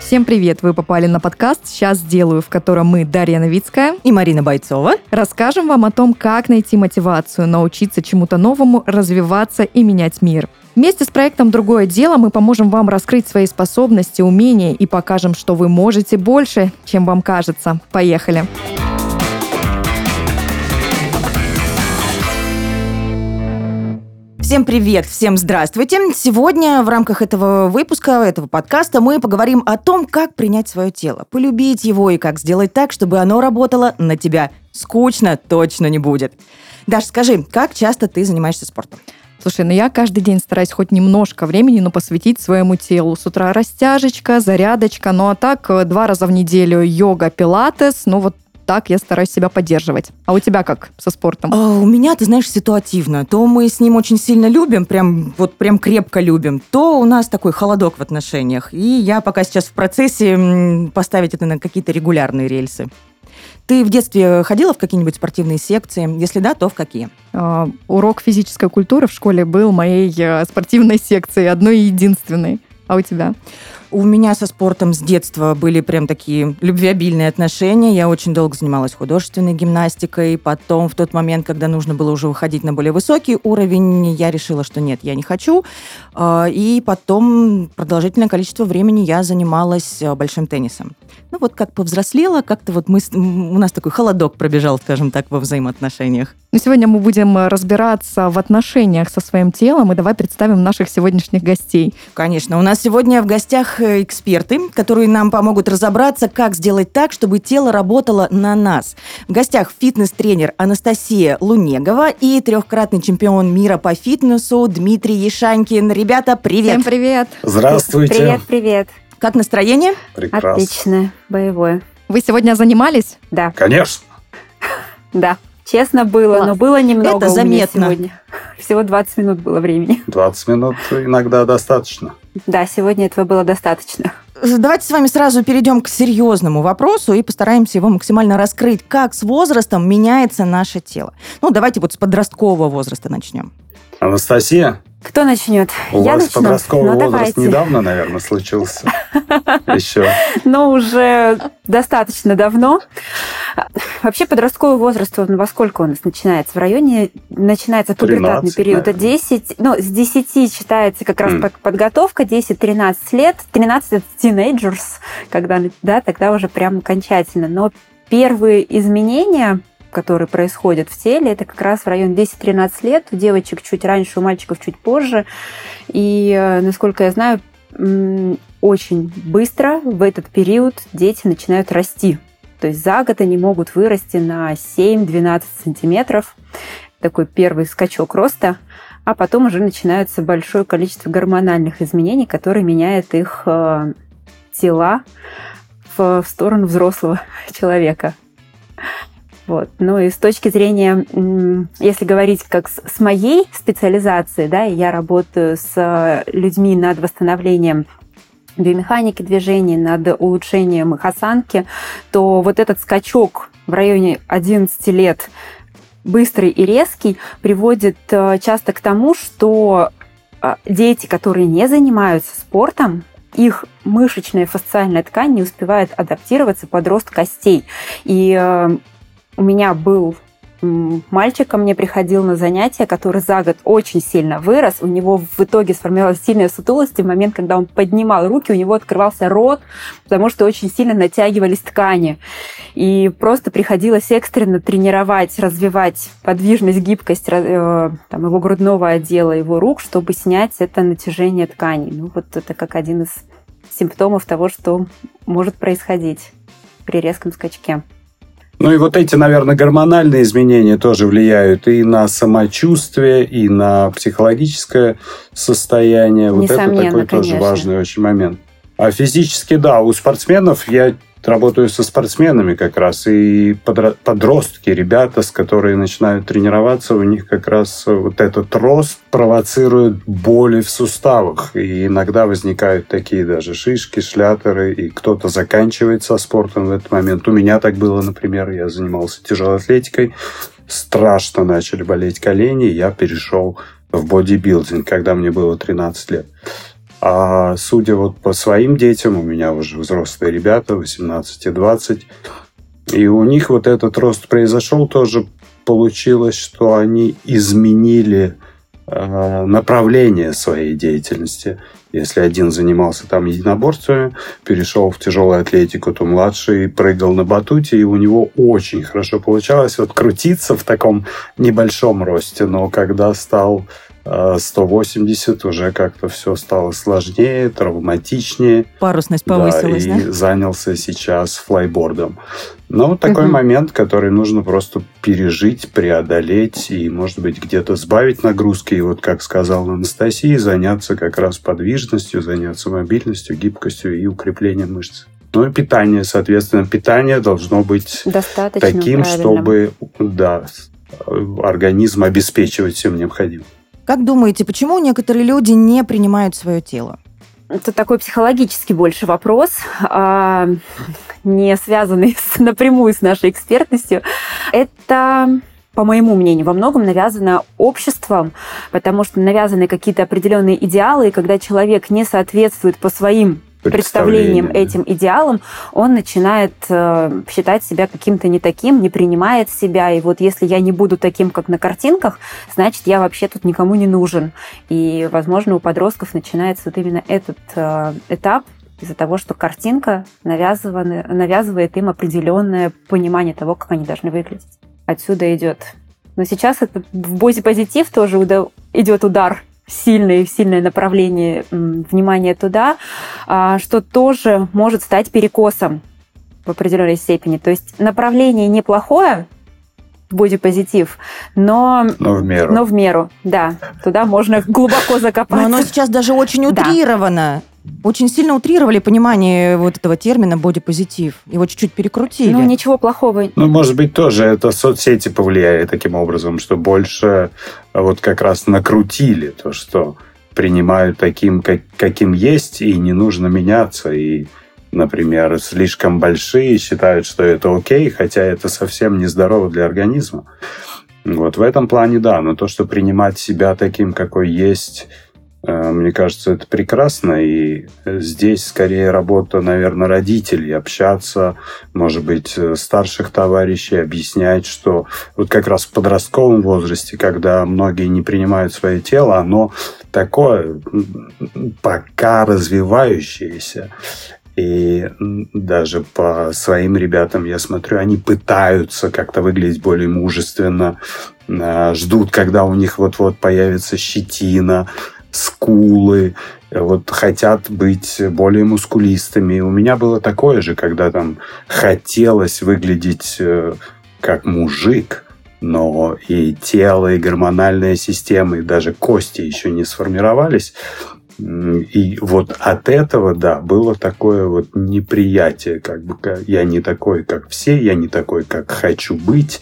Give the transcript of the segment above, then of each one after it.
Всем привет! Вы попали на подкаст «Сейчас сделаю», в котором мы, Дарья Новицкая и Марина Бойцова, расскажем вам о том, как найти мотивацию, научиться чему-то новому, развиваться и менять мир. Вместе с проектом «Другое дело» мы поможем вам раскрыть свои способности, умения и покажем, что вы можете больше, чем вам кажется. Поехали! Всем привет, всем здравствуйте. Сегодня в рамках этого выпуска, этого подкаста мы поговорим о том, как принять свое тело, полюбить его и как сделать так, чтобы оно работало на тебя. Скучно точно не будет. Даш, скажи, как часто ты занимаешься спортом? Слушай, я каждый день стараюсь хоть немножко времени, посвятить своему телу. С утра растяжечка, зарядочка, а так 2 раза в неделю йога, пилатес, так я стараюсь себя поддерживать. А у тебя как со спортом? У меня, ты знаешь, ситуативно. То мы с ним очень сильно любим, прям крепко любим, то у нас такой холодок в отношениях. И я пока сейчас в процессе поставить это на какие-то регулярные рельсы. Ты в детстве ходила в какие-нибудь спортивные секции? Если да, то в какие? Урок физической культуры в школе был моей спортивной секцией, одной и единственной. А у тебя? У меня со спортом с детства были прям такие любвеобильные отношения. Я очень долго занималась художественной гимнастикой. Потом, в тот момент, когда нужно было уже выходить на более высокий уровень, я решила, что нет, я не хочу. И потом продолжительное количество времени я занималась большим теннисом. Как повзрослела, как-то у нас такой холодок пробежал, скажем так, во взаимоотношениях. Сегодня мы будем разбираться в отношениях со своим телом, и давай представим наших сегодняшних гостей. Конечно, у нас сегодня в гостях эксперты, которые нам помогут разобраться, как сделать так, чтобы тело работало на нас. В гостях фитнес-тренер Анастасия Лунегова и 3-кратный чемпион мира по фитнесу Дмитрий Ешанькин. Ребята, привет! Всем привет! Здравствуйте! Привет! Как настроение? Прекрасно. Отлично, боевое. Вы сегодня занимались? Да. Конечно. Да. Честно было, Класс. Но было немного Это у меня заметно. сегодня. Всего 20 минут было времени. 20 минут иногда достаточно. Да, сегодня этого было достаточно. Давайте с вами сразу перейдем к серьезному вопросу и постараемся его максимально раскрыть. Как с возрастом меняется наше тело? Давайте с подросткового возраста начнем. Анастасия, Кто начнет? у Я вас начну? подростковый возраст Давайте. недавно, наверное, случился. Еще. Уже достаточно давно. Вообще подростковый возраст, во сколько у нас начинается? В районе начинается пубертатный 13, период. наверное. 10, с 10 считается как раз подготовка, 10-13 лет. 13 это teenagers, тогда уже прям окончательно. Но первые изменения, которые происходят в теле, это как раз в районе 10-13 лет. У девочек чуть раньше, у мальчиков чуть позже. И, насколько я знаю, очень быстро в этот период дети начинают расти. То есть за год они могут вырасти на 7-12 сантиметров. Такой первый скачок роста. А потом уже начинается большое количество гормональных изменений, которые меняют их тела в сторону взрослого человека. И с точки зрения, если говорить как с моей специализацией, я работаю с людьми над восстановлением биомеханики движений, над улучшением их осанки, то этот скачок в районе 11 лет быстрый и резкий приводит часто к тому, что дети, которые не занимаются спортом, их мышечная фасциальная ткань не успевает адаптироваться под рост костей. И у меня был мальчик, ко мне приходил на занятия, который за год очень сильно вырос. У него в итоге сформировалась сильная сутулость. И в момент, когда он поднимал руки, у него открывался рот, потому что очень сильно натягивались ткани. И просто приходилось экстренно тренировать, развивать подвижность, гибкость его грудного отдела, его рук, чтобы снять это натяжение тканей. Это как один из симптомов того, что может происходить при резком скачке. Эти, наверное, гормональные изменения тоже влияют и на самочувствие, и на психологическое состояние. Несомненно, это такой тоже конечно. важный очень момент. А физически, да, у спортсменов я работаю со спортсменами как раз, и подростки, ребята, с которые начинают тренироваться, у них как раз этот рост провоцирует боли в суставах, и иногда возникают такие даже шишки, шлятеры, и кто-то заканчивает со спортом в этот момент. У меня так было, например, я занимался тяжелой атлетикой, страшно начали болеть колени, я перешел в бодибилдинг, когда мне было 13 лет. А судя вот по своим детям, у меня уже взрослые ребята, 18 и 20, и у них вот этот рост произошел тоже. Получилось, что они изменили направление своей деятельности. Если один занимался там единоборствами, перешел в тяжелую атлетику, то младший прыгал на батуте, и у него очень хорошо получалось вот крутиться в таком небольшом росте. Но когда стал 180, уже как-то все стало сложнее, травматичнее. Парусность повысилась, да? И занялся сейчас флайбордом. Но такой момент, который нужно просто пережить, преодолеть и, может быть, где-то сбавить нагрузки. И вот, как сказала Анастасия, заняться как раз подвижностью, заняться мобильностью, гибкостью и укреплением мышц. Ну и питание, соответственно. Питание должно быть таким, чтобы организм обеспечивать всем необходимым. Как думаете, почему некоторые люди не принимают свое тело? Это такой психологический больше вопрос, не связанный напрямую с нашей экспертностью. Это, по моему мнению, во многом навязано обществом, потому что навязаны какие-то определенные идеалы, и когда человек не соответствует по своим представлением этим идеалам, он начинает считать себя каким-то не таким, не принимает себя. И вот если я не буду таким, как на картинках, значит, я вообще тут никому не нужен. И, возможно, у подростков начинается вот именно этот этап из-за того, что картинка навязывает им определенное понимание того, как они должны выглядеть. Отсюда идет. Но сейчас это в бодипозитив тоже идет удар в сильное направление внимания туда, что тоже может стать перекосом в определенной степени. То есть направление неплохое, в бодипозитив, но в меру. Да, туда можно глубоко закопаться. Но оно сейчас даже очень утрировано. Очень сильно утрировали понимание вот этого термина бодипозитив. Его чуть-чуть перекрутили. Ну, ничего плохого. Ну, может быть, тоже это соцсети повлияли таким образом, что больше вот как раз накрутили то, что принимают таким, каким есть, и не нужно меняться. И, например, слишком большие считают, что это окей, хотя это совсем нездорово для организма. Вот в этом плане, да. Но то, что принимать себя таким, какой есть, мне кажется, это прекрасно, и здесь скорее работа, наверное, родителей, общаться, может быть, старших товарищей, объяснять, что вот как раз в подростковом возрасте, когда многие не принимают свое тело, оно такое пока развивающееся. И даже по своим ребятам я смотрю, они пытаются как-то выглядеть более мужественно, ждут, когда у них вот-вот появится щетина, скулы, вот хотят быть более мускулистыми. У меня было такое же, когда там хотелось выглядеть как мужик, но и тело, и гормональная система, и даже кости еще не сформировались. И вот от этого, да, было такое вот неприятие, как бы я не такой, как все, я не такой, как хочу быть,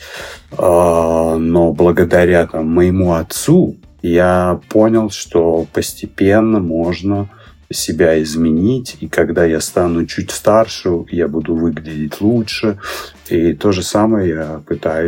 но благодаря там моему отцу я понял, что постепенно можно себя изменить, и когда я стану чуть старше, я буду выглядеть лучше. И то же самое я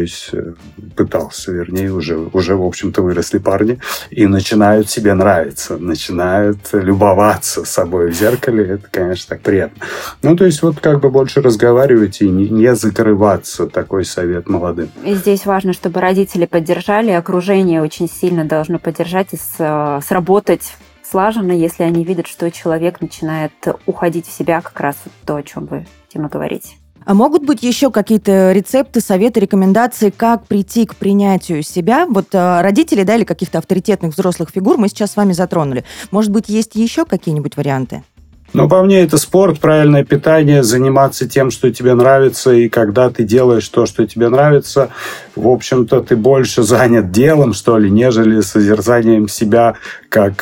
пытался, уже, в общем-то, выросли парни, и начинают себе нравиться, начинают любоваться собой в зеркале. Это, конечно, так приятно. Ну, то есть, вот как бы больше разговаривать и не закрываться, такой совет молодым. И здесь важно, чтобы родители поддержали, окружение очень сильно должно поддержать и сработать слаженно, если они видят, что человек начинает уходить в себя, как раз вот то, о чем вы, Тима, говорите. А могут быть еще какие-то рецепты, советы, рекомендации, как прийти к принятию себя? Вот родители, да, или каких-то авторитетных взрослых фигур мы сейчас с вами затронули. Может быть, есть еще какие-нибудь варианты? Ну, по мне, это спорт, правильное питание, заниматься тем, что тебе нравится, и когда ты делаешь то, что тебе нравится, в общем-то, ты больше занят делом, что ли, нежели созерцанием себя как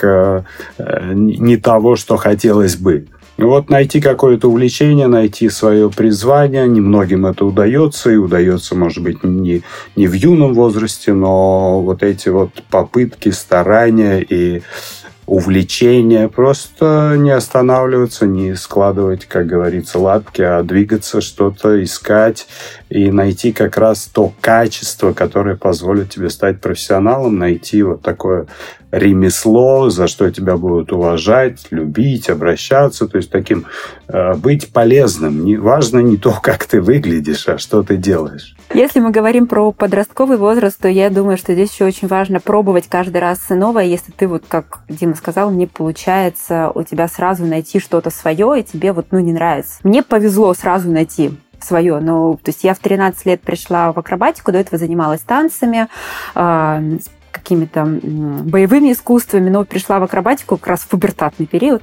не того, что хотелось бы. Вот найти какое-то увлечение, найти свое призвание. Немногим это удается, и удается, может быть, не в юном возрасте, но вот эти вот попытки, старания и увлечение, просто не останавливаться, не складывать, как говорится, лапки, а двигаться, что-то искать. и найти как раз то качество, которое позволит тебе стать профессионалом, найти вот такое ремесло, за что тебя будут уважать, любить, обращаться, то есть таким быть полезным. Важно не то, как ты выглядишь, а что ты делаешь. Если мы говорим про подростковый возраст, то я думаю, что здесь еще очень важно пробовать каждый раз новое. Если ты, вот как Дима сказал, не получается у тебя сразу найти что-то свое, и тебе не нравится. Мне повезло сразу найти свое. То есть я в 13 лет пришла в акробатику, до этого занималась танцами, какими-то боевыми искусствами, но пришла в акробатику как раз в пубертатный период,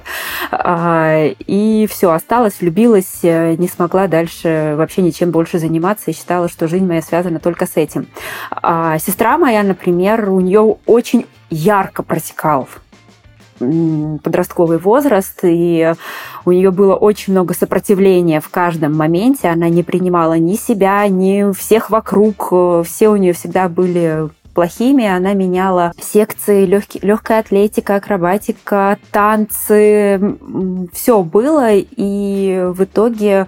и все, осталась, влюбилась, не смогла дальше вообще ничем больше заниматься и считала, что жизнь моя связана только с этим. Сестра моя, например, у нее очень ярко протекал подростковый возраст, и у нее было очень много сопротивления в каждом моменте, она не принимала ни себя, ни всех вокруг, все у нее всегда были плохими, она меняла секции, легкая атлетика, акробатика, танцы, все было, и в итоге,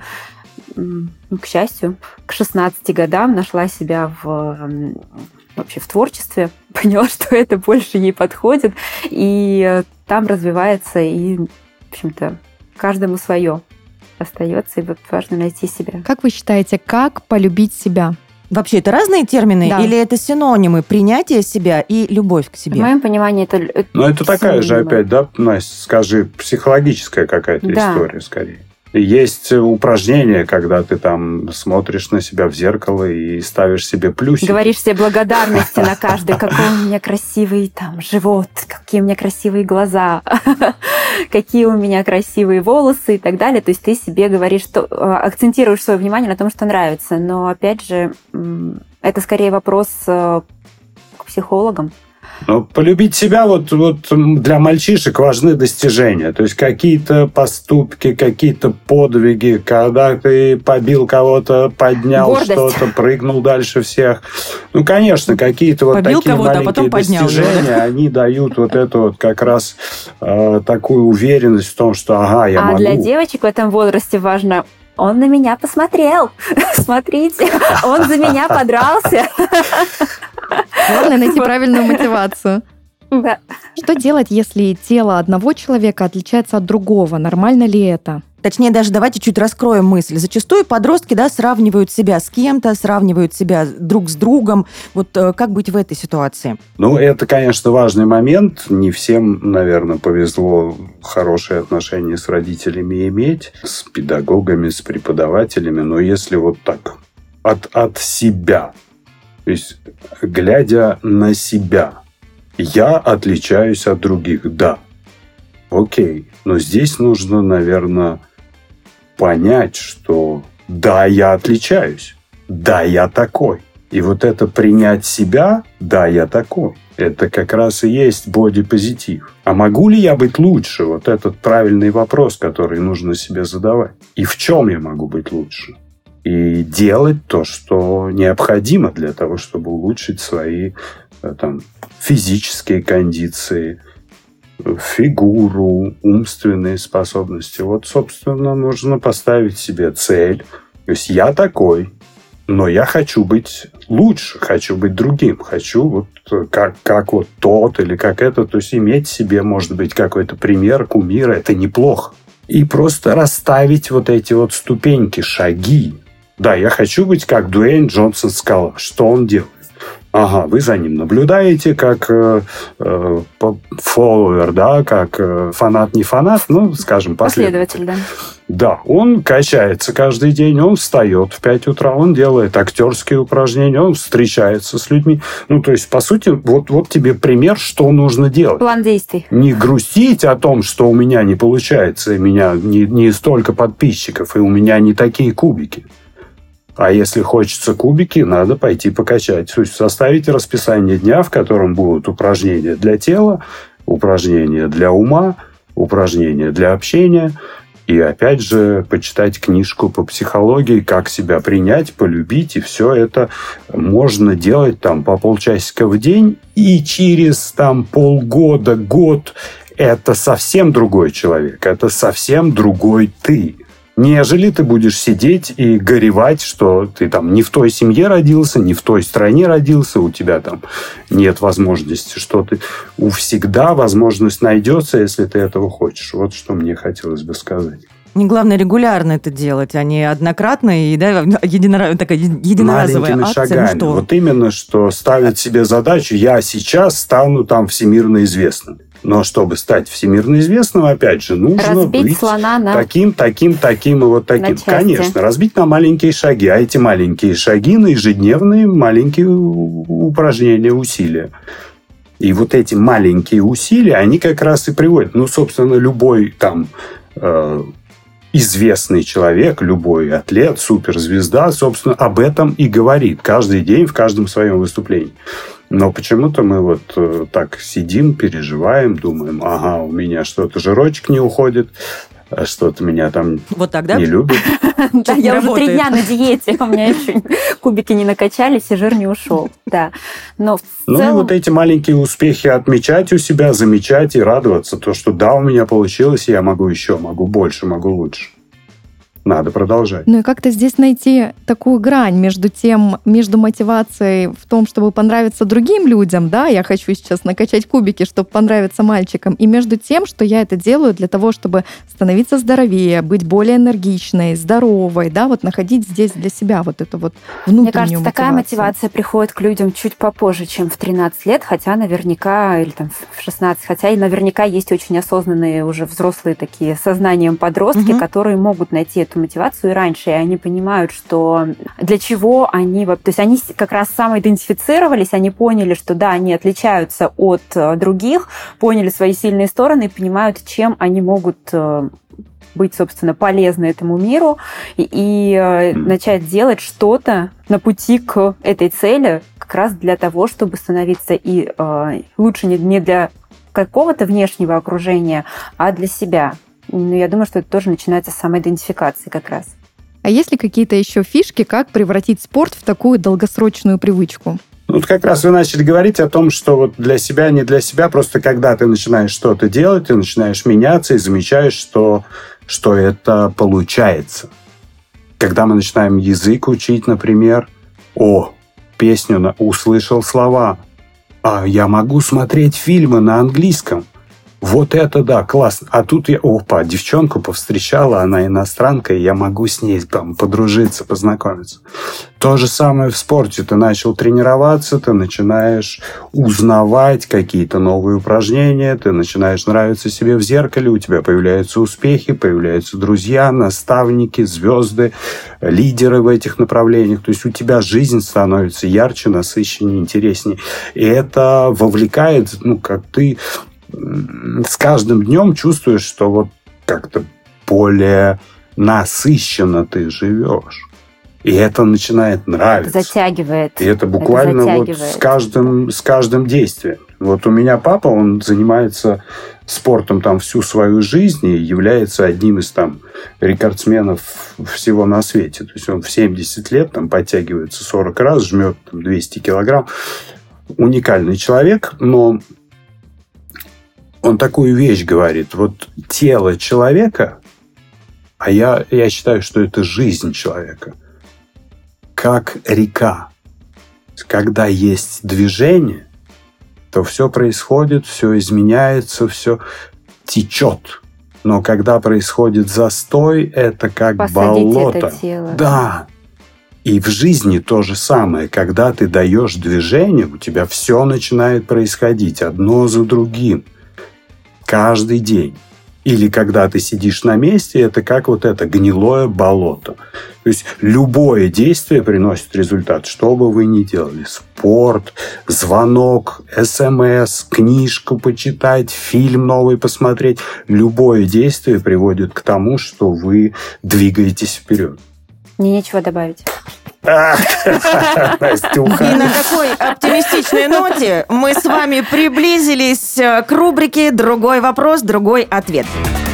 к счастью, к 16 годам нашла себя вообще в творчестве, поняла, что это больше ей подходит, и там развивается, и, в общем-то, каждому свое остается, и вот важно найти себя. Как вы считаете, как полюбить себя? Вообще, это разные термины? Да. Или это синонимы принятия себя и любовь к себе? В моем понимании это это такая же опять, да, Настя, скажи, психологическая какая-то история скорее. Есть упражнения, когда ты там смотришь на себя в зеркало и ставишь себе плюсики. Говоришь себе благодарности на каждый, какой у меня красивый там живот, какие у меня красивые глаза, какие у меня красивые волосы и так далее. То есть ты себе говоришь, что акцентируешь свое внимание на том, что нравится. Но опять же, это скорее вопрос к психологам. Но полюбить себя вот для мальчишек важны достижения. То есть какие-то поступки, какие-то подвиги, когда ты побил кого-то, поднял гордость. Что-то, прыгнул дальше всех. Конечно, какие-то побил такие маленькие достижения, они дают эту как раз такую уверенность в том, что я могу. А для девочек в этом возрасте важно: он на меня посмотрел. Смотрите, он за меня подрался. Главное найти правильную мотивацию. Да. Что делать, если тело одного человека отличается от другого? Нормально ли это? Точнее, даже давайте чуть раскроем мысль. Зачастую подростки, сравнивают себя с кем-то, сравнивают себя друг с другом. Вот как быть в этой ситуации? Это, конечно, важный момент. Не всем, наверное, повезло хорошие отношения с родителями иметь, с педагогами, с преподавателями. Но если вот так, от себя, то есть, глядя на себя, я отличаюсь от других, да. Окей. Но здесь нужно, наверное, понять, что да, я отличаюсь, да, я такой. И это принять себя, да, я такой, это как раз и есть бодипозитив. А могу ли я быть лучше? Этот правильный вопрос, который нужно себе задавать. И в чем я могу быть лучше? И делать то, что необходимо для того, чтобы улучшить свои физические кондиции, фигуру, умственные способности. Собственно, нужно поставить себе цель. То есть я такой, но я хочу быть лучше, хочу быть другим, хочу как тот или как это. То есть иметь в себе, может быть, какой-то пример, кумира. Это неплохо. И просто расставить эти ступеньки, шаги. Да, я хочу быть как Дуэйн Джонсон Скала. Что он делает? Вы за ним наблюдаете, как фолловер, да, как фанат, не фанат, скажем, последователь. Да, он качается каждый день, он встает в 5 утра, он делает актерские упражнения, он встречается с людьми. То есть, по сути, вот тебе пример, что нужно делать. План действий. Не грустить о том, что у меня не получается, у меня не столько подписчиков, и у меня не такие кубики. А если хочется кубики, надо пойти покачать. То есть составить расписание дня, в котором будут упражнения для тела, упражнения для ума, упражнения для общения. И опять же, почитать книжку по психологии, как себя принять, полюбить. И все это можно делать по полчасика в день. И через полгода, год это совсем другой человек. Это совсем другой ты. нежели ты будешь сидеть и горевать, что ты там не в той семье родился, не в той стране родился, у тебя там нет возможности, что ты... Всегда возможность найдется, если ты этого хочешь. Вот что мне хотелось бы сказать. Не главное регулярно это делать, а не однократно и такая единоразовая маленькими акция. шагами. Ну, что? Вот именно, что ставят себе задачу, я сейчас стану там всемирно известным. Но чтобы стать всемирно известным, опять же, нужно разбить быть слона на... таким и вот таким. Конечно, разбить на маленькие шаги. А эти маленькие шаги на ежедневные маленькие упражнения, усилия. И вот эти маленькие усилия, они как раз и приводят. Ну, собственно, любой там... известный человек, любой атлет, суперзвезда, собственно, об этом и говорит каждый день в каждом своем выступлении. Но почему-то мы вот так сидим, переживаем, думаем, ага, у меня что-то жирочек не уходит, что-то меня там вот так, да? не любят. Да, я уже 3 дня на диете, у меня еще кубики не накачались, и жир не ушел. Да. Но в целом... Ну и вот эти маленькие успехи отмечать у себя, замечать и радоваться. То, что да, у меня получилось, я могу еще, могу больше, могу лучше. Надо продолжать. Ну и как-то здесь найти такую грань между мотивацией в том, чтобы понравиться другим людям, да, я хочу сейчас накачать кубики, чтобы понравиться мальчикам, и между тем, что я это делаю для того, чтобы становиться здоровее, быть более энергичной, здоровой, да, вот находить здесь для себя вот эту вот внутреннюю Мне кажется, мотивацию. такая мотивация приходит к людям чуть попозже, чем в 13 лет, хотя наверняка, или там в 16, хотя и наверняка есть очень осознанные уже взрослые такие сознанием подростки, которые могут найти эту мотивацию и раньше, и они понимают, что для чего они... То есть они как раз самоидентифицировались, они поняли, что да, они отличаются от других, поняли свои сильные стороны и понимают, чем они могут быть, собственно, полезны этому миру и начать делать что-то на пути к этой цели как раз для того, чтобы становиться и лучше не для какого-то внешнего окружения, а для себя. Но я думаю, что это тоже начинается с самоидентификации как раз. А есть ли какие-то еще фишки, как превратить спорт в такую долгосрочную привычку? Вот как раз вы начали говорить о том, что вот для себя, не для себя, просто когда ты начинаешь что-то делать, ты начинаешь меняться и замечаешь, что это получается. Когда мы начинаем язык учить, например, песню услышал слова, я могу смотреть фильмы на английском. Вот это да, классно. А тут я, девчонку повстречала, она иностранка, и я могу с ней там подружиться, познакомиться. То же самое в спорте. Ты начал тренироваться, ты начинаешь узнавать какие-то новые упражнения, ты начинаешь нравиться себе в зеркале, у тебя появляются успехи, появляются друзья, наставники, звезды, лидеры в этих направлениях. То есть у тебя жизнь становится ярче, насыщеннее, интереснее. И это вовлекает, как ты... с каждым днем чувствуешь, что вот как-то более насыщенно ты живешь. И это начинает нравиться. Затягивает. И это буквально вот с каждым действием. Вот у меня папа, он занимается спортом там всю свою жизнь и является одним из там рекордсменов всего на свете. То есть он в 70 лет там подтягивается 40 раз, жмет там 200 килограмм. Уникальный человек, но он такую вещь говорит. Вот тело человека, а я считаю, что это жизнь человека, как река. Когда есть движение, то все происходит, все изменяется, все течет. Но когда происходит застой, это как посадить болото. Это тело. Да. И в жизни то же самое. Когда ты даешь движение, у тебя все начинает происходить одно за другим. Каждый день. Или когда ты сидишь на месте, это как вот это гнилое болото. То есть любое действие приносит результат, что бы вы ни делали. Спорт, звонок, СМС, книжку почитать, фильм новый посмотреть. Любое действие приводит к тому, что вы двигаетесь вперед. Мне нечего добавить. Настюха. И на какой оптимистичной ноте мы с вами приблизились к рубрике «Другой вопрос, другой ответ».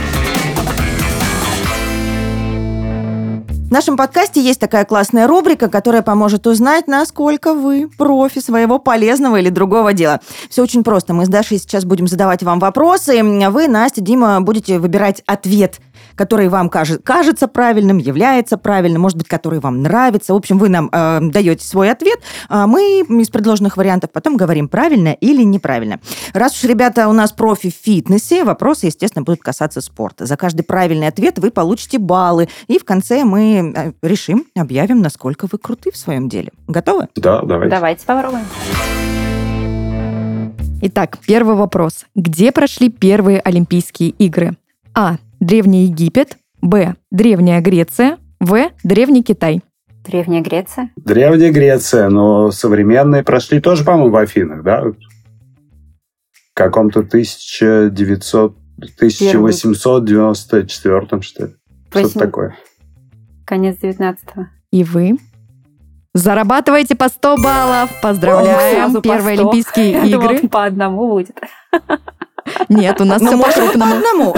В нашем подкасте есть такая классная рубрика, которая поможет узнать, насколько вы профи своего полезного или другого дела. Все очень просто. Мы с Дашей сейчас будем задавать вам вопросы. Вы, Настя, Дима, будете выбирать ответ который вам кажется правильным, является правильным, может быть, который вам нравится. В общем, вы нам даете свой ответ, а мы из предложенных вариантов потом говорим, правильно или неправильно. Раз уж, ребята, у нас профи в фитнесе, вопросы, естественно, будут касаться спорта. За каждый правильный ответ вы получите баллы, и в конце мы решим, объявим, насколько вы круты в своем деле. Готовы? Да, давайте. Давайте попробуем. Итак, первый вопрос. Где прошли первые Олимпийские игры? А. Древний Египет. Б. Древняя Греция. В. Древний Китай. Древняя Греция. Древняя Греция, но современные прошли тоже, по-моему, в Афинах, да? В каком-то 1894, что ли? Что-то такое. Конец 19-го. И вы? Зарабатываете по 100 баллов. Поздравляем. Сразу по Первые 100. Олимпийские Я игры. думала, по одному будет. Нет, у нас все Может, по по-крупному. одному.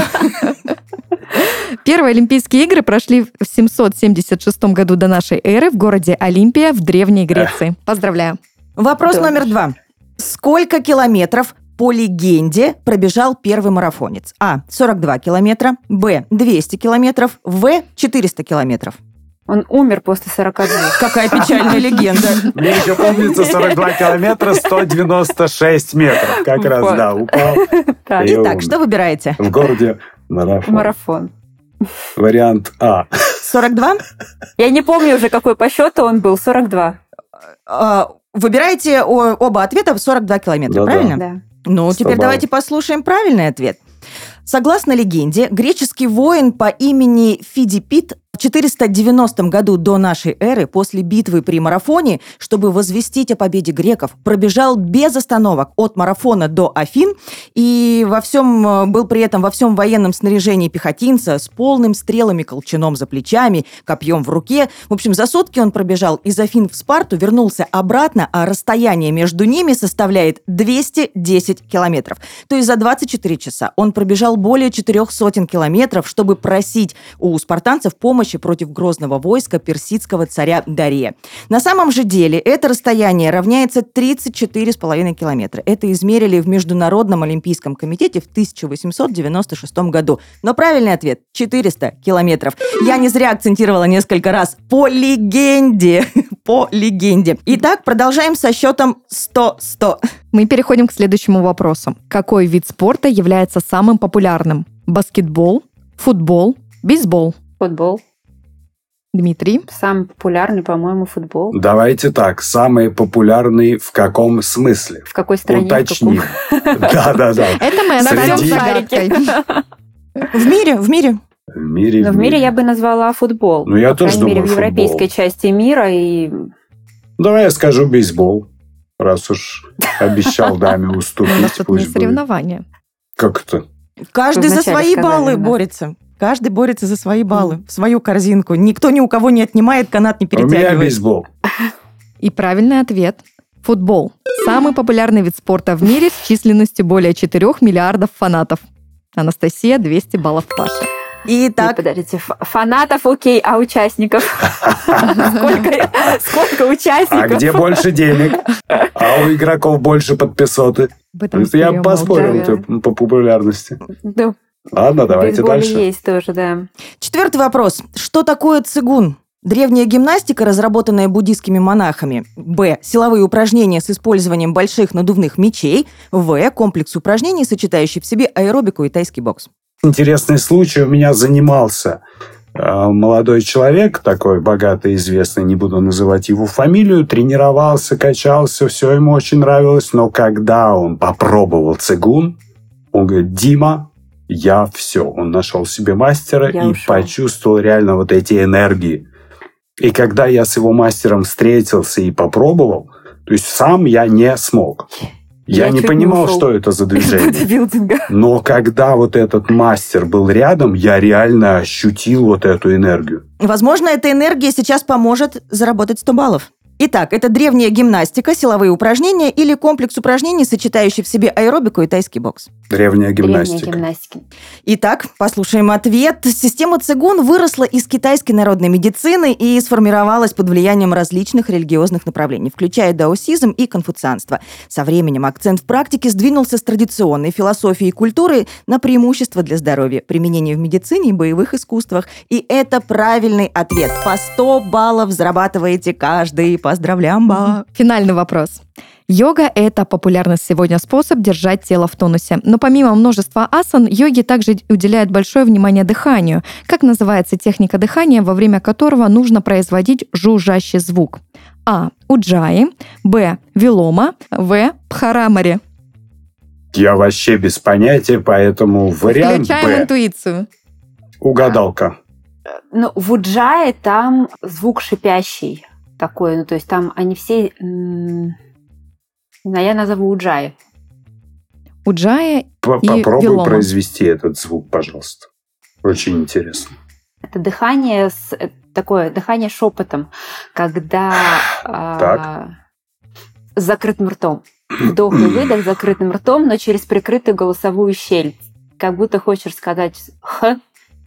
Первые Олимпийские игры прошли в 776 году до нашей эры в городе Олимпия в Древней Греции. Поздравляю. Вопрос Да. номер 2. Сколько километров по легенде пробежал первый марафонец? А. 42 километра. Б. 200 километров. В. 400 километров. Он умер после 42. Какая печальная легенда. Мне еще помнится 42 километра, 196 метров. Как раз, Вот. да, упал. Так, И Итак, умер. что выбираете? В городе Марафон. марафон. Вариант А. 42? Я не помню уже, какой по счету он был. 42. Выбираете оба ответа в 42 километра, Да-да. правильно? Да. Ну, 100 теперь баллов. давайте послушаем правильный ответ. Согласно легенде, греческий воин по имени Фидипит в 490 году до нашей эры, после битвы при Марафоне, чтобы возвестить о победе греков, пробежал без остановок от Марафона до Афин и был при этом во всем военном снаряжении пехотинца с полным стрелами, колчаном за плечами, копьем в руке. В общем, за сутки он пробежал из Афин в Спарту, вернулся обратно, а расстояние между ними составляет 210 километров. То есть за 24 часа он пробежал более 400 километров, чтобы просить у спартанцев помощи против грозного войска персидского царя Дария. На самом же деле это расстояние равняется 34,5 километра. Это измерили в Международном олимпийском комитете в 1896 году. Но правильный ответ – 400 километров. Я не зря акцентировала несколько раз по легенде. По легенде. Итак, продолжаем со счетом 100-100. Мы переходим к следующему вопросу. Какой вид спорта является самым популярным? Баскетбол, футбол, бейсбол? Футбол. Дмитрий? Самый популярный, по-моему, футбол. Давайте так. Самый популярный в каком смысле? В какой стране? Уточним. Да-да-да. Это мы назовем Среди- загадкой. В мире. В мире. Но в мире я бы назвала футбол. Ну, я По тоже крайней мере, думаю, в европейской футбол. части мира. И Давай я скажу бейсбол. Раз уж обещал даме У нас уступить, тут не пусть будет. соревнования. Как это? Каждый Вы за вначале свои сказали баллы у нас. борется. Каждый борется за свои баллы, в свою корзинку. Никто ни у кого не отнимает, канат не У меня перетягивает. бейсбол. И правильный ответ – футбол. Самый популярный вид спорта в мире с численностью более 4 миллиардов фанатов. Анастасия, 200 баллов Паше. Итак, подождите, фанатов окей, а участников? Сколько А участников? где больше денег? А у игроков больше подписоты. Об этом Я история поспорил умолчала. да. по популярности. Да, Ладно, в давайте бейсболе дальше. есть тоже, да. 4-й вопрос. Что такое цигун? Древняя гимнастика, разработанная буддийскими монахами. Б. Силовые упражнения с использованием больших надувных мечей. В. Комплекс упражнений, сочетающий в себе аэробику и тайский бокс. Интересный случай. У меня занимался молодой человек, такой богатый, известный, не буду называть его фамилию, тренировался, качался, все ему очень нравилось. Но когда он попробовал цигун, он говорит: Дима, я все. Он нашел себе мастера Я и ушел. почувствовал реально вот эти энергии. И когда я с его мастером встретился и попробовал, то есть сам я не смог. Я не чуть понимал, ушел что это за из движение. бодибилдинга. Но когда вот этот мастер был рядом, я реально ощутил вот эту энергию. Возможно, эта энергия сейчас поможет заработать 100 баллов. Итак, это древняя гимнастика, силовые упражнения или комплекс упражнений, сочетающий в себе аэробику и тайский бокс? Древняя гимнастика. Древняя гимнастика. Итак, послушаем ответ. Система цигун выросла из китайской народной медицины и сформировалась под влиянием различных религиозных направлений, включая даосизм и конфуцианство. Со временем акцент в практике сдвинулся с традиционной философии и культуры на преимущества для здоровья, применение в медицине и боевых искусствах. И это правильный ответ. По 100 баллов зарабатываете каждый. Поздравляем, ба! Финальный вопрос. Йога – это популярный сегодня способ держать тело в тонусе. Но помимо множества асан, йоги также уделяют большое внимание дыханию. Как называется техника дыхания, во время которого нужно производить жужжащий звук? А. Уджаи. Б. Вилома. В. Бхарамари. Я вообще без понятия, поэтому вариант Включаем Б. интуицию. Угадалка. Ну, в уджае там звук шипящий такой, ну, то есть там они все... Я назову уджаи. Уджая и Попробуй вилома. произвести этот звук, пожалуйста. Очень интересно. Это дыхание такое дыхание шепотом, когда с закрытым ртом. Вдох и выдох с закрытым ртом, но через прикрытую голосовую щель. Как будто хочешь сказать «х».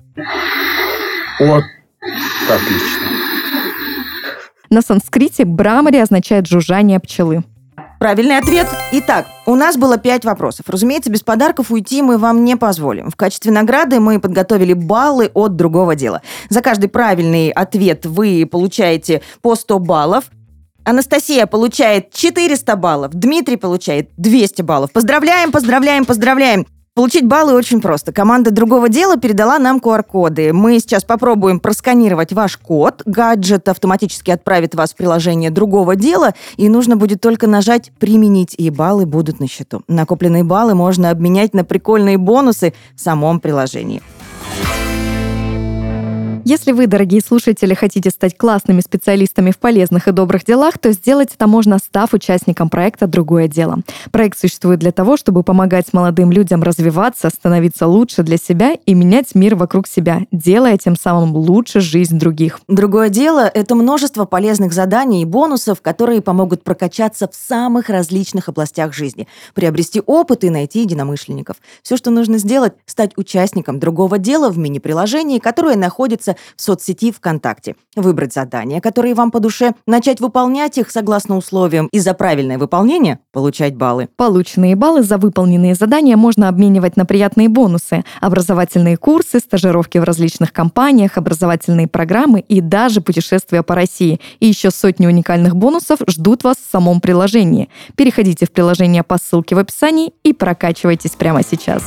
Вот, отлично. На санскрите брамари означает жужжание пчелы. Правильный ответ. Итак, у нас было 5 вопросов. Разумеется, без подарков уйти мы вам не позволим. В качестве награды мы подготовили баллы от другого дела. За каждый правильный ответ вы получаете по 100 баллов. Анастасия получает 400 баллов, Дмитрий получает 200 баллов. Поздравляем, поздравляем, поздравляем! Получить баллы очень просто. Команда другого дела передала нам QR-коды. Мы сейчас попробуем просканировать ваш код. Гаджет автоматически отправит вас в приложение другого дела, и нужно будет только нажать «Применить», и баллы будут на счету. Накопленные баллы можно обменять на прикольные бонусы в самом приложении. Если вы, дорогие слушатели, хотите стать классными специалистами в полезных и добрых делах, то сделать это можно, став участником проекта «Другое дело». Проект существует для того, чтобы помогать молодым людям развиваться, становиться лучше для себя и менять мир вокруг себя, делая тем самым лучше жизнь других. Другое дело – это множество полезных заданий и бонусов, которые помогут прокачаться в самых различных областях жизни, приобрести опыт и найти единомышленников. Все, что нужно сделать – стать участником другого дела в мини-приложении, которое находится в соцсети ВКонтакте. Выбрать задания, которые вам по душе, начать выполнять их согласно условиям и за правильное выполнение получать баллы. Полученные баллы за выполненные задания можно обменивать на приятные бонусы, образовательные курсы, стажировки в различных компаниях, образовательные программы и даже путешествия по России. И еще сотни уникальных бонусов ждут вас в самом приложении. Переходите в приложение по ссылке в описании и прокачивайтесь прямо сейчас.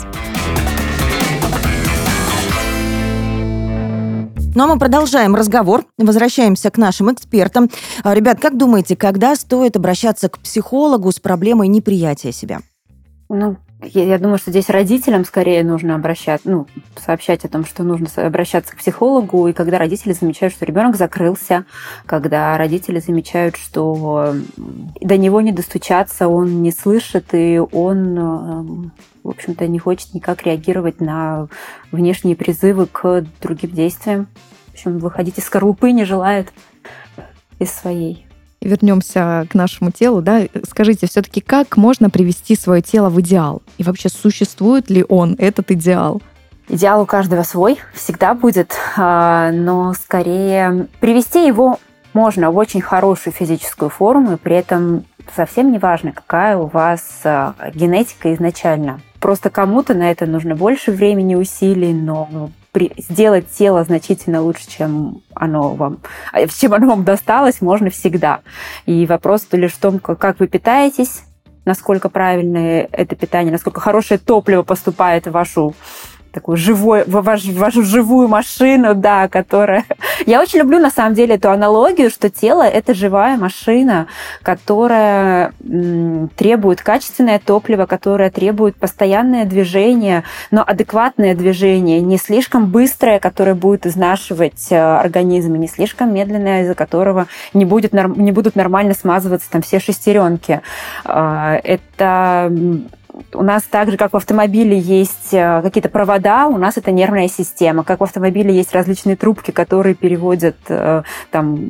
Ну а мы продолжаем разговор, возвращаемся к нашим экспертам. Ребят, как думаете, когда стоит обращаться к психологу с проблемой неприятия себя? Ну, я думаю, что здесь родителям скорее нужно обращаться, сообщать о том, что нужно обращаться к психологу, и когда родители замечают, что ребенок закрылся, когда родители замечают, что до него не достучаться, он не слышит, и он, в общем-то, не хочет никак реагировать на внешние призывы к другим действиям. В общем, выходить из скорлупы не желает, из своей. Вернемся к нашему телу, да? Скажите, все-таки как можно привести свое тело в идеал? И вообще, существует ли он, этот идеал? Идеал у каждого свой, всегда будет, но скорее привести его можно в очень хорошую физическую форму, и при этом совсем не важно, какая у вас генетика изначально. Просто кому-то на это нужно больше времени и усилий, но сделать тело значительно лучше, чем оно вам досталось, можно всегда. И вопрос лишь в том, как вы питаетесь, насколько правильное это питание, насколько хорошее топливо поступает в вашу такую вашу живую машину, да, которая... Я очень люблю, на самом деле, эту аналогию, что тело — это живая машина, которая требует качественное топливо, которое требует постоянное движение, но адекватное движение, не слишком быстрое, которое будет изнашивать организм, и не слишком медленное, из-за которого не будут нормально смазываться там все шестеренки. Это... У нас так же, как в автомобиле есть какие-то провода, у нас это нервная система. Как в автомобиле есть различные трубки, которые переводят там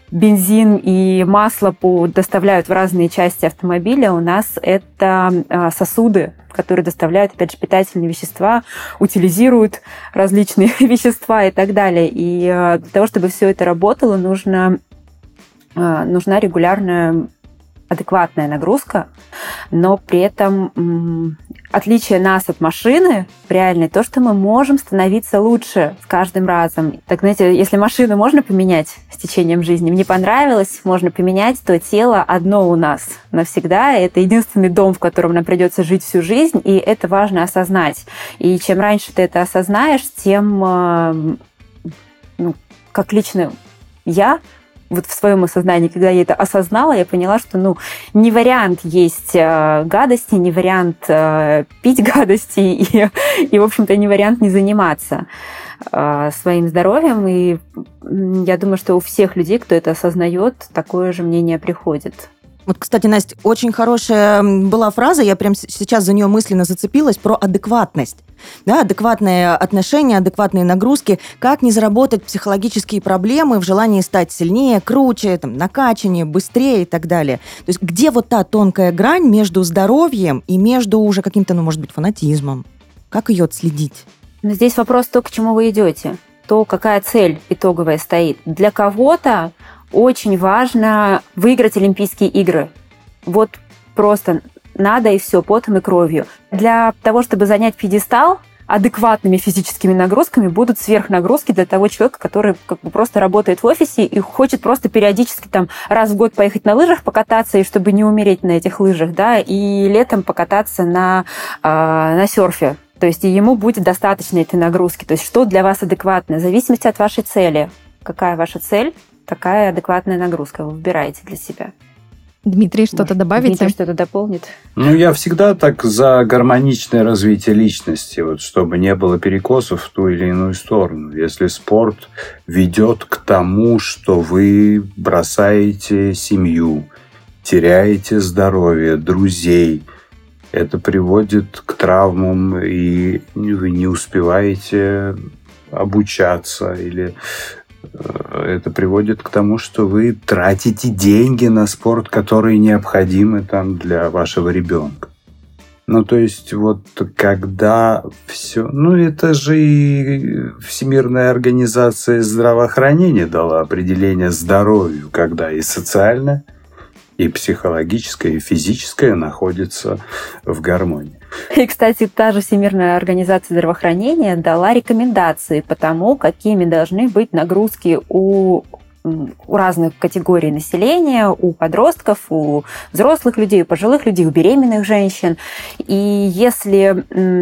бензин и масло доставляют в разные части автомобиля, у нас это сосуды, которые доставляют, опять же, питательные вещества, утилизируют различные вещества и так далее. И для того, чтобы все это работало, нужна регулярная адекватная нагрузка, но при этом отличие нас от машины реальное то, что мы можем становиться лучше с каждым разом. Так, знаете, если машину можно поменять с течением жизни, мне понравилось, можно поменять, то тело одно у нас навсегда. Это единственный дом, в котором нам придется жить всю жизнь, и это важно осознать. И чем раньше ты это осознаешь, тем, как лично я, вот в своем осознании, когда я это осознала, я поняла, что, не вариант есть гадости, не вариант пить гадости, и, в общем-то, не вариант не заниматься своим здоровьем. И я думаю, что у всех людей, кто это осознает, такое же мнение приходит. Вот, кстати, Настя, очень хорошая была фраза, я прямо сейчас за нее мысленно зацепилась, про адекватность. Да, адекватные отношения, адекватные нагрузки, как не заработать психологические проблемы в желании стать сильнее, круче, накачаннее, быстрее и так далее. То есть где вот та тонкая грань между здоровьем и между уже каким-то, может быть, фанатизмом? Как ее отследить? Но здесь вопрос то, к чему вы идете, то, какая цель итоговая стоит. Для кого-то очень важно выиграть Олимпийские игры. Вот просто надо и все, потом и кровью. Для того, чтобы занять пьедестал, адекватными физическими нагрузками будут сверхнагрузки для того человека, который просто работает в офисе и хочет просто периодически раз в год поехать на лыжах покататься, и чтобы не умереть на этих лыжах, да, и летом покататься на серфе. То есть ему будет достаточно этой нагрузки. То есть что для вас адекватно? В зависимости от вашей цели. Какая ваша цель? Такая адекватная нагрузка. Вы выбираете для себя. Дмитрий, что-то добавите? Дмитрий что-то дополнит? Я всегда так за гармоничное развитие личности, чтобы не было перекосов в ту или иную сторону. Если спорт ведет к тому, что вы бросаете семью, теряете здоровье, друзей, это приводит к травмам, и вы не успеваете обучаться, или это приводит к тому, что вы тратите деньги на спорт, которые необходимы для вашего ребенка. То есть, когда все... это же и Всемирная организация здравоохранения дала определение здоровью, когда и социальное, и психологическое, и физическое находится в гармонии. И, кстати, та же Всемирная организация здравоохранения дала рекомендации по тому, какими должны быть нагрузки у разных категорий населения, у подростков, у взрослых людей, у пожилых людей, у беременных женщин. И если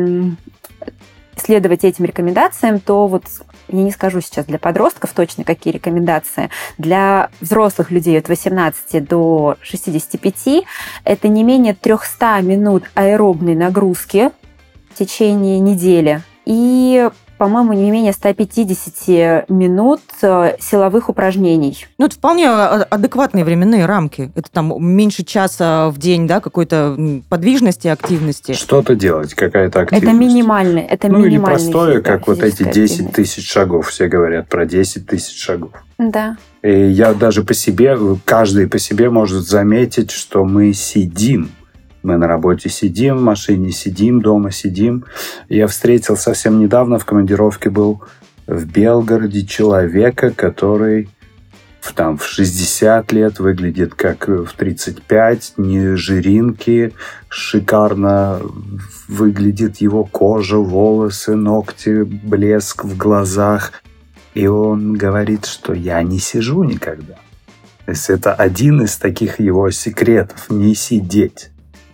следовать этим рекомендациям, то я не скажу сейчас для подростков точно, какие рекомендации. Для взрослых людей от 18 до 65 это не менее 300 минут аэробной нагрузки в течение недели и, по-моему, не менее 150 минут силовых упражнений. Это вполне адекватные временные рамки. Это меньше часа в день, да, какой-то подвижности, активности. Что-то делать, какая-то активность. Это минимальный. Или простое, как эти 10 тысяч шагов. Все говорят про 10 тысяч шагов. Да. И я даже каждый по себе может заметить, что мы сидим. Мы на работе сидим, в машине сидим, дома сидим. Я встретил совсем недавно, в командировке был в Белгороде, человека, который в 60 лет выглядит как в 35, не жиринки, шикарно выглядит его кожа, волосы, ногти, блеск в глазах. И он говорит, что я не сижу никогда. То есть это один из таких его секретов – не сидеть.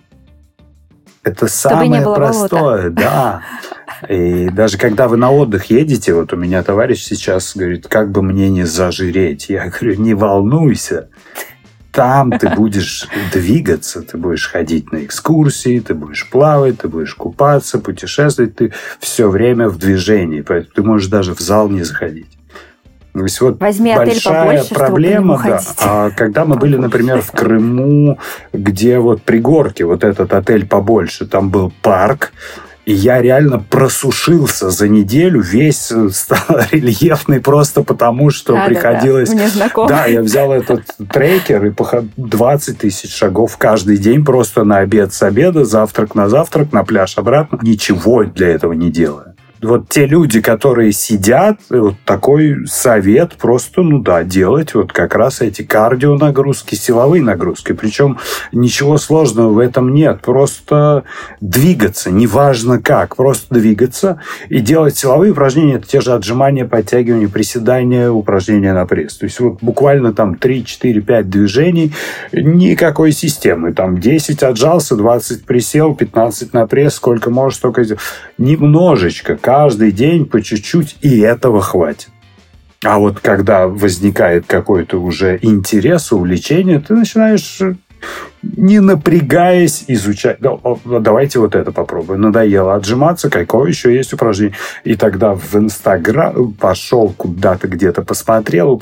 Это самое простое, да. И даже когда вы на отдых едете, у меня товарищ сейчас говорит, как бы мне не зажиреть. Я говорю, не волнуйся. Там ты будешь двигаться, ты будешь ходить на экскурсии, ты будешь плавать, ты будешь купаться, путешествовать. Ты все время в движении, поэтому ты можешь даже в зал не заходить. То есть возьми большая проблема, да. А когда мы были, например, в Крыму, где пригорки, этот отель побольше, там был парк, И я реально просушился за неделю, весь стал рельефный просто потому, что приходилось... Да, мне знакомо. Да, я взял этот трекер и 20 тысяч шагов каждый день просто на обед с обеда, завтрак, на пляж обратно. Ничего для этого не делая. Вот те люди, которые сидят, вот такой совет просто, делать вот как раз эти кардионагрузки, силовые нагрузки. Причем ничего сложного в этом нет. Просто двигаться, неважно как, просто двигаться и делать силовые упражнения. Это те же отжимания, подтягивания, приседания, упражнения на пресс. То есть вот буквально там 3, 4, 5 движений, никакой системы. Там 10 отжался, 20 присел, 15 на пресс, сколько можешь, столько сделать. Немножечко, каждый день по чуть-чуть, и этого хватит. А вот когда возникает какой-то уже интерес, увлечение, ты начинаешь, не напрягаясь, изучать. Давайте вот это попробуем. Надоело отжиматься, какое еще есть упражнение? И тогда в Инстаграм пошел куда-то, где-то посмотрел,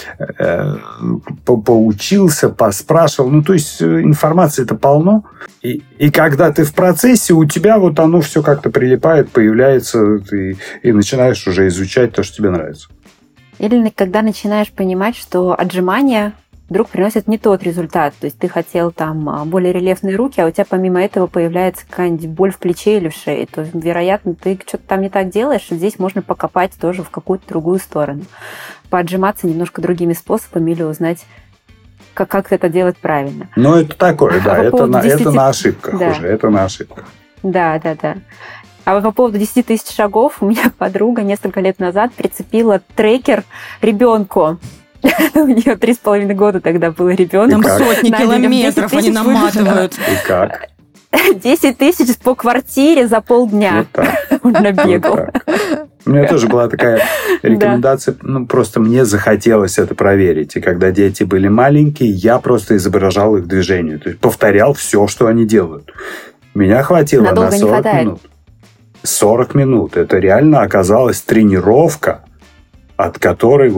поучился, поспрашивал. То есть информации-то полно. И когда ты в процессе, у тебя вот оно все как-то прилипает, появляется, и начинаешь уже изучать то, что тебе нравится. Или когда начинаешь понимать, что отжимания вдруг приносят не тот результат. То есть ты хотел там более рельефные руки, а у тебя помимо этого появляется какая-нибудь боль в плече или в шее. То есть, вероятно, ты что-то там не так делаешь, и здесь можно покопать тоже в какую-то другую сторону. Поотжиматься немножко другими способами или узнать, как это делать правильно. Это такое, да. Это на ошибках уже. Это на ошибках. Да. А вот по поводу 10 тысяч шагов, у меня подруга несколько лет назад прицепила трекер ребенку. У нее 3,5 года тогда был ребенок. Там сотни километров они наматывают. И как? 10 тысяч по квартире за полдня он набегал. У меня тоже была такая рекомендация. Просто мне захотелось это проверить. И когда дети были маленькие, я просто изображал их движение. То есть повторял все, что они делают. Меня хватило на 40 минут. 40 минут. Это реально оказалась тренировка, от которой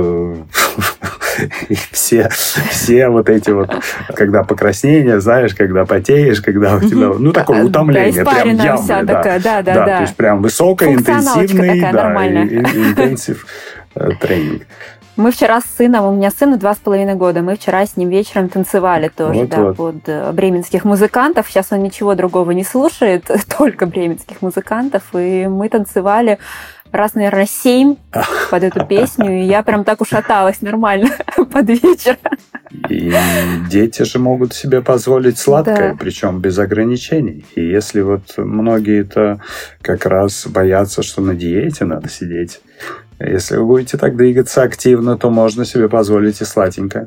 все вот эти вот, когда покраснение, знаешь, когда потеешь, когда у тебя, такое утомление. Да, прям явное, вся такая, да. То есть прям высокоинтенсивный, интенсив тренинг. Мы вчера с сыном, у меня сыну 2,5 года, мы вчера с ним вечером танцевали тоже, под бременских музыкантов. Сейчас он ничего другого не слушает, только бременских музыкантов. И мы танцевали раз, наверное, 7 под эту песню, и я прям так ушаталась нормально под вечер. И дети же могут себе позволить сладкое, причем без ограничений. И если многие-то как раз боятся, что на диете надо сидеть, если вы будете так двигаться активно, то можно себе позволить и сладенькое.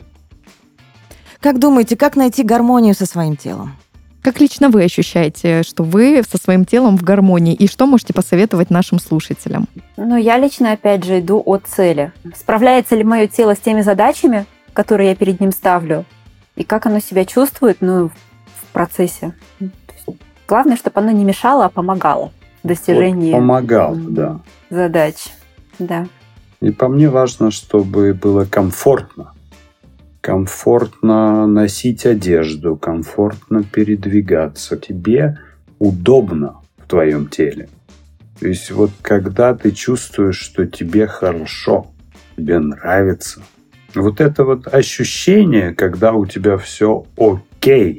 Как думаете, как найти гармонию со своим телом? Как лично вы ощущаете, что вы со своим телом в гармонии? И что можете посоветовать нашим слушателям? Я лично, опять же, иду от цели. Справляется ли мое тело с теми задачами, которые я перед ним ставлю? И как оно себя чувствует в процессе? Главное, чтобы оно не мешало, а помогало в достижении задач. Да. И по мне важно, чтобы было комфортно. Комфортно носить одежду, комфортно передвигаться. Тебе удобно в твоем теле. То есть когда ты чувствуешь, что тебе хорошо, тебе нравится, это ощущение, когда у тебя все окей,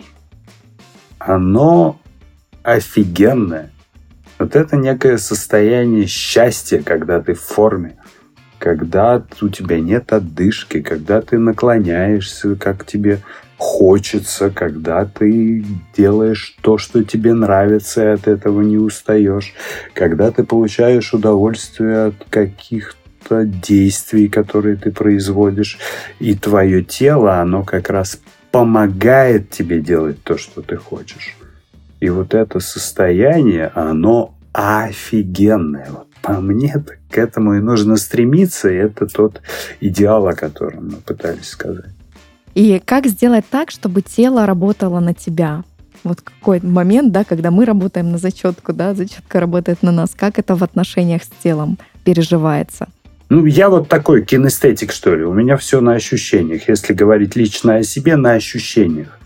оно офигенное. Это некое состояние счастья, когда ты в форме, когда у тебя нет отдышки, когда ты наклоняешься, как тебе хочется, когда ты делаешь то, что тебе нравится, и от этого не устаешь, когда ты получаешь удовольствие от каких-то действий, которые ты производишь, и твое тело, оно как раз помогает тебе делать то, что ты хочешь. И это состояние, оно офигенное. По мне, к этому и нужно стремиться, и это тот идеал, о котором мы пытались сказать. И как сделать так, чтобы тело работало на тебя? Какой момент, когда мы работаем на зачетку, зачетка работает на нас. Как это в отношениях с телом переживается? Я такой кинестетик, что ли. У меня все на ощущениях. Если говорить лично о себе, на ощущениях.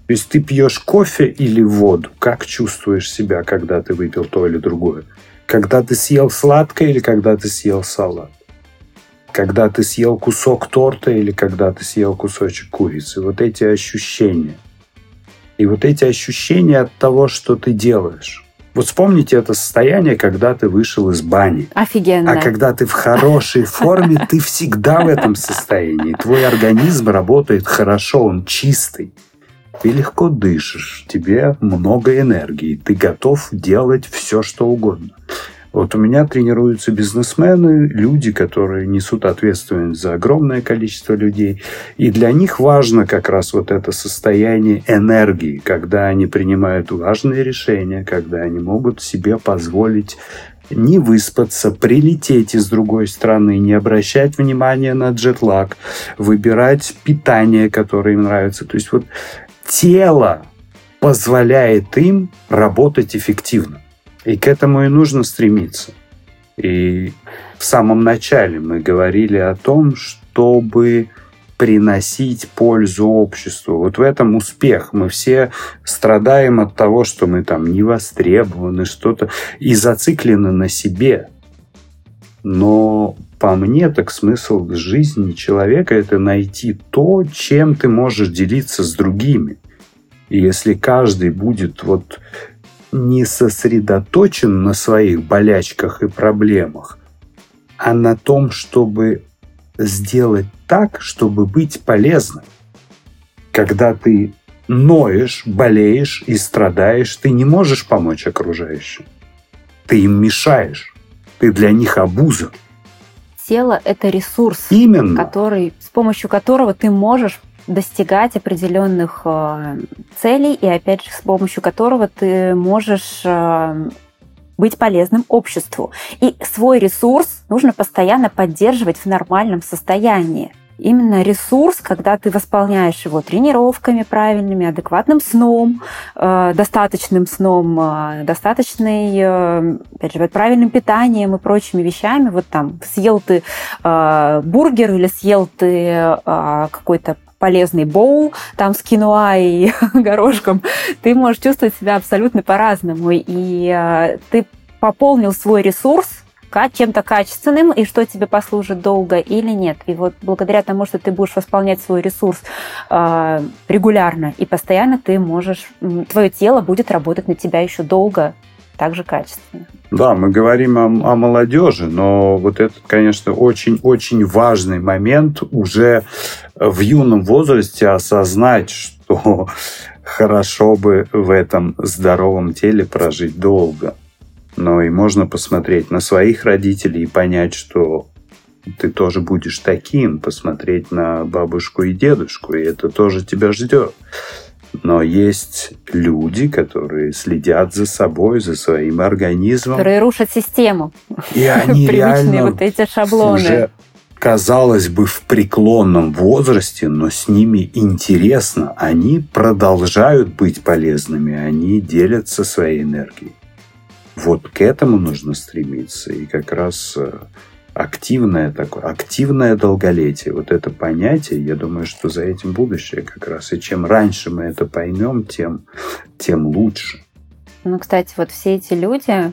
То есть ты пьешь кофе или воду? Как чувствуешь себя, когда ты выпил то или другое? Когда ты съел сладкое или когда ты съел салат? Когда ты съел кусок торта или когда ты съел кусочек курицы? Вот эти ощущения. И вот эти ощущения от того, что ты делаешь. Вот вспомните это состояние, когда ты вышел из бани. Офигенно. А когда ты в хорошей форме, ты всегда в этом состоянии. Твой организм работает хорошо, он чистый. Ты легко дышишь, тебе много энергии, ты готов делать все, что угодно. Вот у меня тренируются бизнесмены, люди, которые несут ответственность за огромное количество людей. И для них важно как раз вот это состояние энергии, когда они принимают важные решения, когда они могут себе позволить не выспаться, прилететь из другой страны, не обращать внимания на джетлаг, выбирать питание, которое им нравится. То есть вот тело позволяет им работать эффективно. И к этому и нужно стремиться. И в самом начале мы говорили о том, чтобы приносить пользу обществу. Вот в этом успех. Мы все страдаем от того, что мы там не востребованы, что-то, и зациклены на себе. Но по мне, так смысл жизни человека – это найти то, чем ты можешь делиться с другими. И если каждый будет вот не сосредоточен на своих болячках и проблемах, а на том, чтобы сделать так, чтобы быть полезным. Когда ты ноешь, болеешь и страдаешь, ты не можешь помочь окружающим. Ты им мешаешь. Ты для них обуза. Тело – это ресурс, Именно. с помощью которого ты можешь достигать определенных целей, и опять же, с помощью которого ты можешь быть полезным обществу. И свой ресурс нужно постоянно поддерживать в нормальном состоянии. Именно ресурс, когда ты восполняешь его тренировками правильными, адекватным сном, достаточным сном, опять же, правильным питанием и прочими вещами. Вот там съел ты бургер или съел ты какой-то полезный боул там с киноа и горошком, ты можешь чувствовать себя абсолютно по-разному. И ты пополнил свой ресурс чем-то качественным, и что тебе послужит долго или нет. И вот благодаря тому, что ты будешь восполнять свой ресурс регулярно и постоянно, твое тело будет работать на тебя еще долго, так же качественно. Да, мы говорим о молодежи, но вот это, конечно, очень-очень важный момент уже в юном возрасте осознать, что хорошо бы в этом здоровом теле прожить долго. Но и можно посмотреть на своих родителей и понять, что ты тоже будешь таким, посмотреть на бабушку и дедушку, и это тоже тебя ждет. Но есть люди, которые следят за собой, за своим организмом. Которые рушат систему. И они привычные вот эти шаблоны. Уже, казалось бы, в преклонном возрасте, но с ними интересно. Они продолжают быть полезными, они делятся своей энергией. Вот к этому нужно стремиться. И как раз активное долголетие, вот это понятие, я думаю, что за этим будущее как раз. И чем раньше мы это поймем, тем лучше. Ну, кстати, вот все эти люди,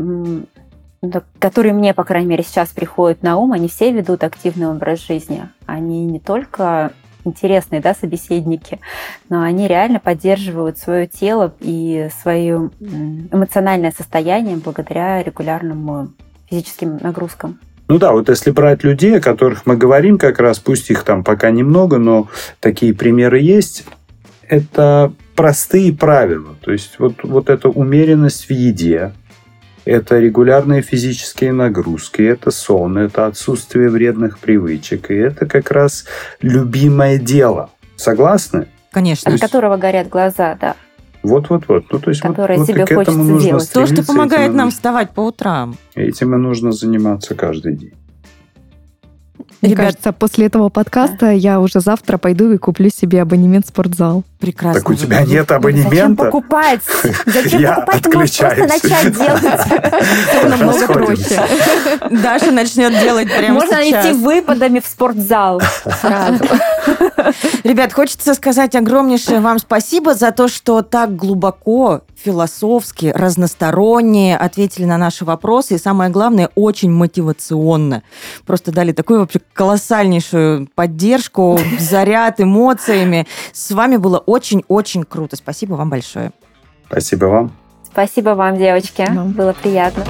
которые мне, по крайней мере, сейчас приходят на ум, они все ведут активный образ жизни. Они не только интересные, собеседники, но они реально поддерживают свое тело и свое эмоциональное состояние благодаря регулярным физическим нагрузкам. Ну да, вот если брать людей, о которых мы говорим как раз, пусть их там пока немного, но такие примеры есть, это простые правила. То есть вот эта умеренность в еде, это регулярные физические нагрузки, это сон, это отсутствие вредных привычек, и это как раз любимое дело. Согласны? Конечно. От которого горят глаза, да. Вот. Ну, то есть которое тебе хочется делать. То, что помогает нам вставать по утрам. Этим и нужно заниматься каждый день. Мне кажется, после этого подкаста я уже завтра пойду и куплю себе абонемент в спортзал. Прекрасно. Так у тебя нет абонемента? Зачем покупать? Зачем Я покупать? Ты можешь просто начать делать. Все намного проще. Даша начнет делать прямо Можно сейчас. идти выпадами в спортзал сразу. Ребят, хочется сказать огромнейшее вам спасибо за то, что так глубоко, философски, разносторонне ответили на наши вопросы. И самое главное, очень мотивационно. Просто дали такую вообще колоссальнейшую поддержку, заряд эмоциями. С вами было очень-очень круто. Спасибо вам большое. Спасибо вам. Спасибо вам, девочки. Было приятно.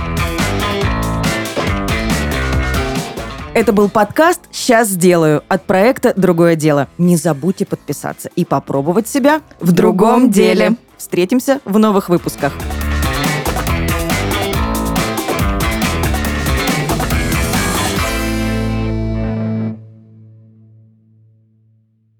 Это был подкаст «Сейчас сделаю» от проекта «Другое дело». Не забудьте подписаться и попробовать себя в другом деле. Встретимся в новых выпусках.